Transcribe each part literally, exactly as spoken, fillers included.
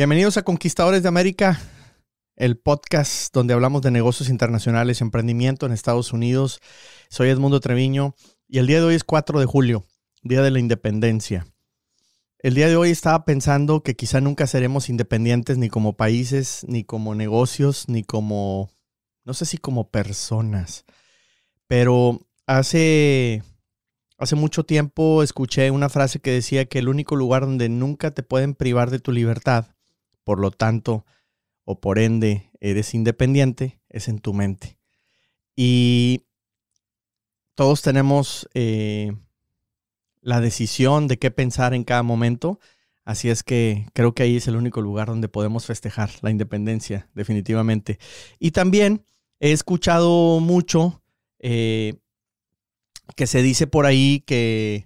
Bienvenidos a Conquistadores de América, el podcast donde hablamos de negocios internacionales, emprendimiento en Estados Unidos. Soy Edmundo Treviño y el día de hoy es cuatro de julio, Día de la Independencia. El día de hoy estaba pensando que quizá nunca seremos independientes ni como países, ni como negocios, ni como, no sé si como personas. Pero hace, hace mucho tiempo escuché una frase que decía que el único lugar donde nunca te pueden privar de tu libertad, por lo tanto, o por ende, eres independiente, es en tu mente. Y todos tenemos eh, la decisión de qué pensar en cada momento. Así es que creo que ahí es el único lugar donde podemos festejar la independencia, definitivamente. Y también he escuchado mucho eh, que se dice por ahí que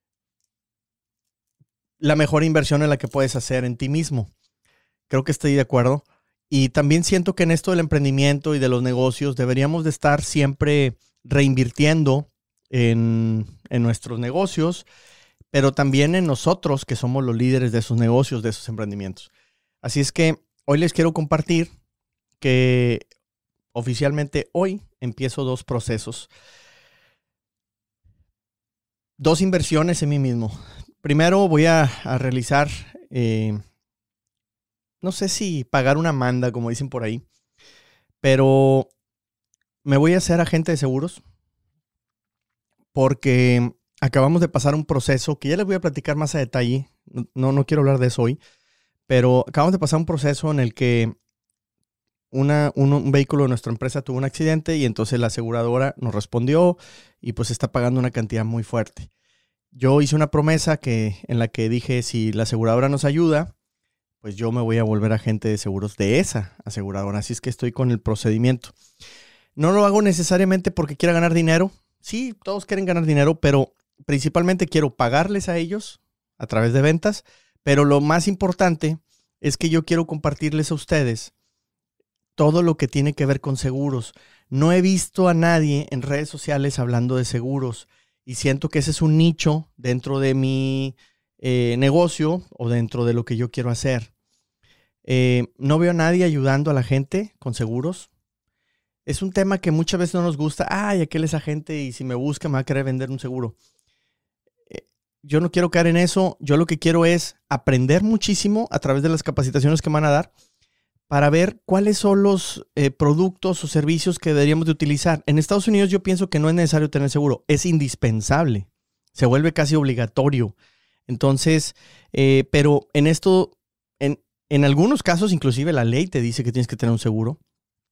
la mejor inversión es la que puedes hacer en ti mismo. Creo que estoy de acuerdo. Y también siento que en esto del emprendimiento y de los negocios deberíamos de estar siempre reinvirtiendo en, en nuestros negocios, pero también en nosotros que somos los líderes de esos negocios, de esos emprendimientos. Así es que hoy les quiero compartir que oficialmente hoy empiezo dos procesos. Dos inversiones en mí mismo. Primero voy a, a realizar... Eh, No sé si pagar una manda, como dicen por ahí, pero me voy a hacer agente de seguros porque acabamos de pasar un proceso que ya les voy a platicar más a detalle. No, no quiero hablar de eso hoy, pero acabamos de pasar un proceso en el que una, un, un vehículo de nuestra empresa tuvo un accidente y entonces la aseguradora nos respondió y pues está pagando una cantidad muy fuerte. Yo hice una promesa que, en la que dije, si la aseguradora nos ayuda, pues yo me voy a volver agente de seguros de esa aseguradora. Así es que estoy con el procedimiento. No lo hago necesariamente porque quiera ganar dinero. Sí, todos quieren ganar dinero, pero principalmente quiero pagarles a ellos a través de ventas. Pero lo más importante es que yo quiero compartirles a ustedes todo lo que tiene que ver con seguros. No he visto a nadie en redes sociales hablando de seguros y siento que ese es un nicho dentro de mi Eh, negocio o dentro de lo que yo quiero hacer. Eh, no veo a nadie ayudando a la gente con seguros. Es un tema que muchas veces no nos gusta. Ay, aquel es agente y si me busca me va a querer vender un seguro. Eh, yo no quiero caer en eso. Yo lo que quiero es aprender muchísimo a través de las capacitaciones que me van a dar para ver cuáles son los eh, productos o servicios que deberíamos de utilizar. En Estados Unidos yo pienso que no es necesario tener seguro. Es indispensable. Se vuelve casi obligatorio. Entonces, eh, pero en esto, en, en algunos casos, inclusive la ley te dice que tienes que tener un seguro,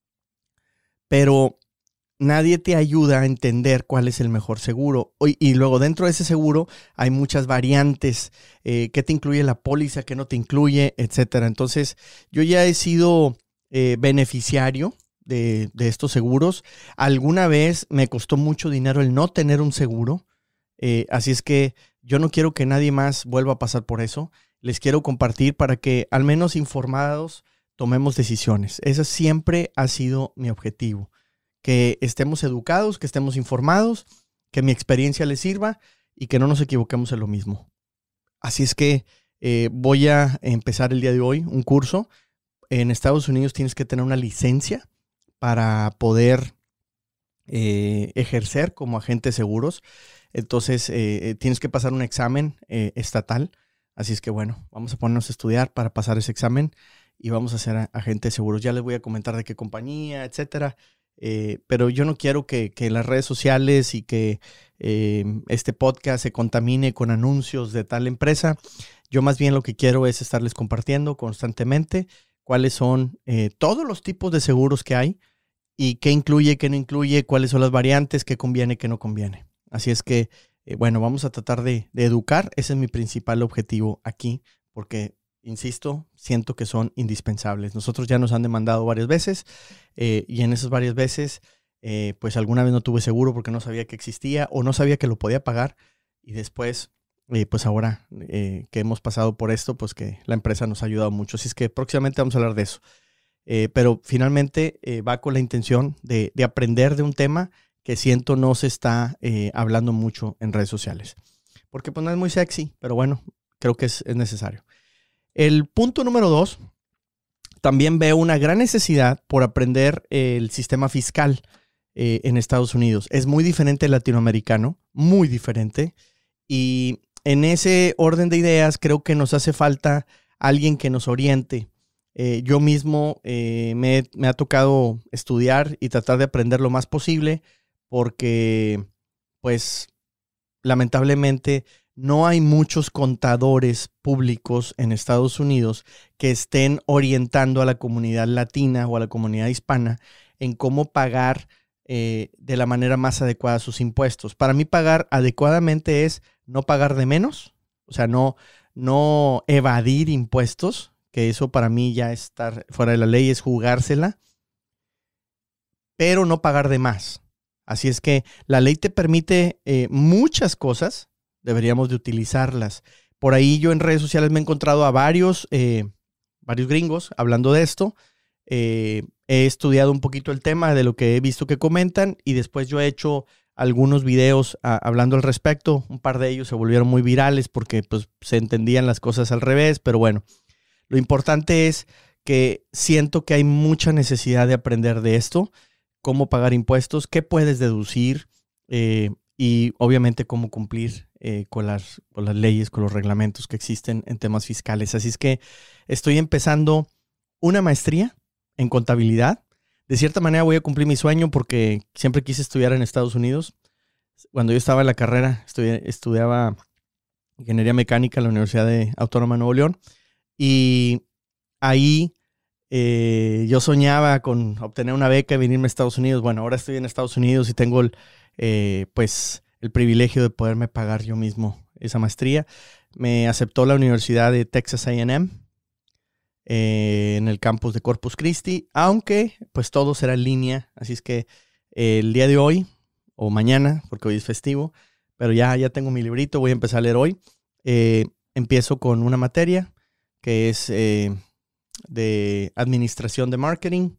pero nadie te ayuda a entender cuál es el mejor seguro. Y, y luego dentro de ese seguro hay muchas variantes, eh, qué te incluye la póliza, qué no te incluye, etcétera. Entonces, yo ya he sido eh, beneficiario de, de estos seguros. Alguna vez me costó mucho dinero el no tener un seguro, eh, así es que yo no quiero que nadie más vuelva a pasar por eso. Les quiero compartir para que al menos informados tomemos decisiones. Ese siempre ha sido mi objetivo. Que estemos educados, que estemos informados, que mi experiencia les sirva y que no nos equivoquemos en lo mismo. Así es que eh, voy a empezar el día de hoy un curso. En Estados Unidos tienes que tener una licencia para poder eh, ejercer como agente de seguros. Entonces, eh, tienes que pasar un examen eh, estatal. Así es que, bueno, vamos a ponernos a estudiar para pasar ese examen y vamos a ser agentes de seguros. Ya les voy a comentar de qué compañía, etcétera. Eh, pero yo no quiero que, que las redes sociales y que eh, este podcast se contamine con anuncios de tal empresa. Yo más bien lo que quiero es estarles compartiendo constantemente cuáles son eh, todos los tipos de seguros que hay y qué incluye, qué no incluye, cuáles son las variantes, qué conviene, qué no conviene. Así es que, eh, bueno, vamos a tratar de, de educar. Ese es mi principal objetivo aquí, porque, insisto, siento que son indispensables. Nosotros ya nos han demandado varias veces eh, y en esas varias veces, eh, pues alguna vez no tuve seguro porque no sabía que existía o no sabía que lo podía pagar. Y después, eh, pues ahora eh, que hemos pasado por esto, pues que la empresa nos ha ayudado mucho. Así es que próximamente vamos a hablar de eso. Eh, pero finalmente eh, va con la intención de, de aprender de un tema que siento no se está eh, hablando mucho en redes sociales. Porque pues no es muy sexy, pero bueno, creo que es, es necesario. El punto número dos, también veo una gran necesidad por aprender el sistema fiscal eh, en Estados Unidos. Es muy diferente al latinoamericano, muy diferente. Y en ese orden de ideas creo que nos hace falta alguien que nos oriente. Eh, yo mismo eh, me, me ha tocado estudiar y tratar de aprender lo más posible porque, pues, lamentablemente no hay muchos contadores públicos en Estados Unidos que estén orientando a la comunidad latina o a la comunidad hispana en cómo pagar eh, de la manera más adecuada sus impuestos. Para mí, pagar adecuadamente es no pagar de menos, o sea, no, no evadir impuestos, que eso para mí ya estar fuera de la ley, es jugársela, pero no pagar de más. Así es que la ley te permite eh, muchas cosas, deberíamos de utilizarlas. Por ahí yo en redes sociales me he encontrado a varios, eh, varios gringos hablando de esto. Eh, he estudiado un poquito el tema de lo que he visto que comentan y después yo he hecho algunos videos a, hablando al respecto. Un par de ellos se volvieron muy virales porque pues, se entendían las cosas al revés, pero bueno. Lo importante es que siento que hay mucha necesidad de aprender de esto, cómo pagar impuestos, qué puedes deducir eh, y obviamente cómo cumplir eh, con, las, con las leyes, con los reglamentos que existen en temas fiscales. Así es que estoy empezando una maestría en contabilidad. De cierta manera voy a cumplir mi sueño porque siempre quise estudiar en Estados Unidos. Cuando yo estaba en la carrera, estudié, estudiaba ingeniería mecánica en la Universidad de Autónoma de Nuevo León. Y ahí eh, yo soñaba con obtener una beca y venirme a Estados Unidos. Bueno, ahora estoy en Estados Unidos y tengo el, eh, pues, el privilegio de poderme pagar yo mismo esa maestría. Me aceptó la Universidad de Texas A and M eh, en el campus de Corpus Christi, aunque pues todo será en línea. Así es que eh, el día de hoy o mañana, porque hoy es festivo, pero ya, ya tengo mi librito, voy a empezar a leer hoy. Eh, empiezo con una materia que es eh, de administración de marketing.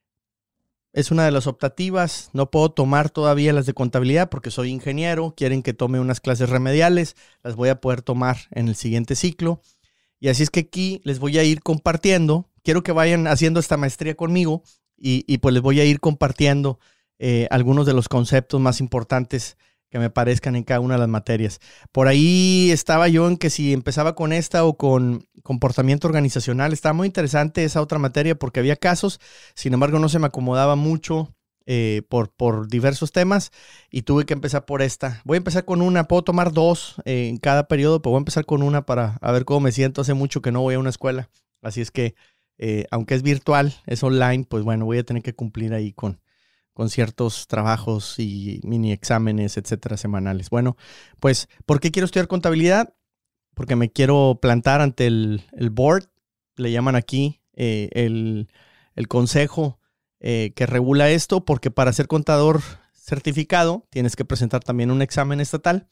Es una de las optativas. No puedo tomar todavía las de contabilidad porque soy ingeniero. Quieren que tome unas clases remediales. Las voy a poder tomar en el siguiente ciclo. Y así es que aquí les voy a ir compartiendo. Quiero que vayan haciendo esta maestría conmigo y, y pues les voy a ir compartiendo eh, algunos de los conceptos más importantes que me parezcan en cada una de las materias. Por ahí estaba yo en que si empezaba con esta o con comportamiento organizacional, estaba muy interesante esa otra materia porque había casos, sin embargo no se me acomodaba mucho eh, por, por diversos temas y tuve que empezar por esta. Voy a empezar con una, puedo tomar dos eh, en cada periodo, pero voy a empezar con una para a ver cómo me siento. Hace mucho que no voy a una escuela, así es que eh, aunque es virtual, es online, pues bueno, voy a tener que cumplir ahí con con ciertos trabajos y mini exámenes, etcétera, semanales. Bueno, pues, ¿por qué quiero estudiar contabilidad? Porque me quiero plantar ante el, el board, le llaman aquí eh, el, el consejo eh, que regula esto, porque para ser contador certificado tienes que presentar también un examen estatal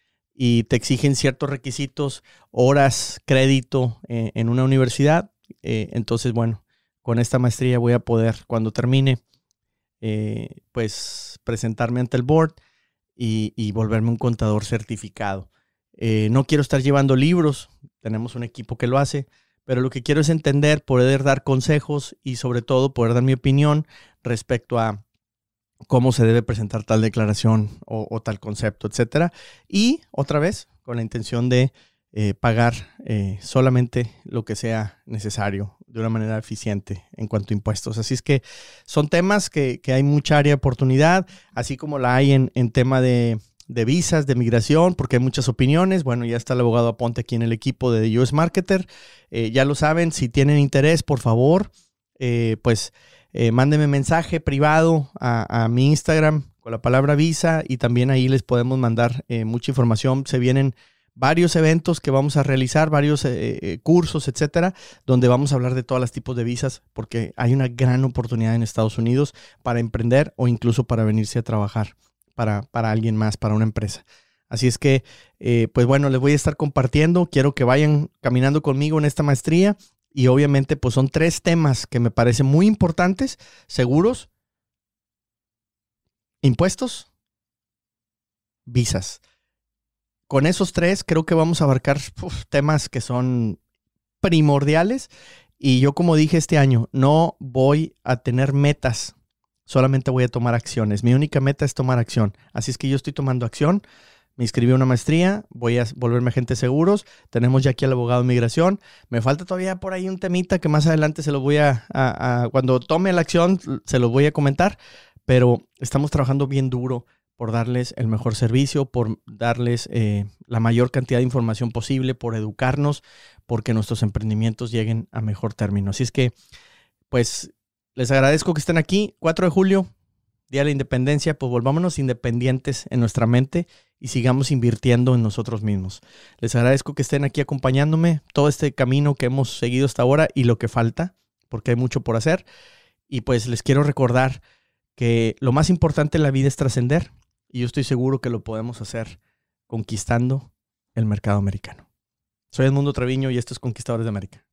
y te exigen ciertos requisitos, horas, crédito eh, en una universidad. Eh, entonces, bueno, con esta maestría voy a poder, cuando termine, Eh, pues presentarme ante el board y, y volverme un contador certificado. Eh, no quiero estar llevando libros, tenemos un equipo que lo hace, pero lo que quiero es entender, poder dar consejos y sobre todo poder dar mi opinión respecto a cómo se debe presentar tal declaración o, o tal concepto, etcétera. Y otra vez, con la intención de eh, pagar eh, solamente lo que sea necesario de una manera eficiente en cuanto a impuestos. Así es que son temas que, que hay mucha área de oportunidad, así como la hay en, en tema de, de visas, de migración, porque hay muchas opiniones. Bueno, ya está el abogado Aponte aquí en el equipo de U S Marketer. Eh, ya lo saben, si tienen interés, por favor, eh, pues eh, mándenme mensaje privado a, a mi Instagram con la palabra visa y también ahí les podemos mandar eh, mucha información. Se vienen varios eventos que vamos a realizar, varios eh, eh, cursos, etcétera, donde vamos a hablar de todos los tipos de visas, porque hay una gran oportunidad en Estados Unidos para emprender o incluso para venirse a trabajar para, para alguien más, para una empresa. Así es que, eh, pues bueno, les voy a estar compartiendo. Quiero que vayan caminando conmigo en esta maestría y obviamente pues son tres temas que me parecen muy importantes: seguros, impuestos, visas. Con esos tres creo que vamos a abarcar uf, temas que son primordiales. Y yo, como dije este año, no voy a tener metas, solamente voy a tomar acciones. Mi única meta es tomar acción. Así es que yo estoy tomando acción. Me inscribí a una maestría, voy a volverme agente de seguros. Tenemos ya aquí al abogado de migración. Me falta todavía por ahí un temita que más adelante se lo voy a, a, a cuando tome la acción, se los voy a comentar. Pero estamos trabajando bien duro por darles el mejor servicio, por darles eh, la mayor cantidad de información posible, por educarnos, porque nuestros emprendimientos lleguen a mejor término. Así es que, pues, les agradezco que estén aquí. cuatro de julio, Día de la Independencia, pues volvámonos independientes en nuestra mente y sigamos invirtiendo en nosotros mismos. Les agradezco que estén aquí acompañándome todo este camino que hemos seguido hasta ahora y lo que falta, porque hay mucho por hacer. Y pues les quiero recordar que lo más importante en la vida es trascender. Y yo estoy seguro que lo podemos hacer conquistando el mercado americano. Soy Edmundo Treviño y esto es Conquistadores de América.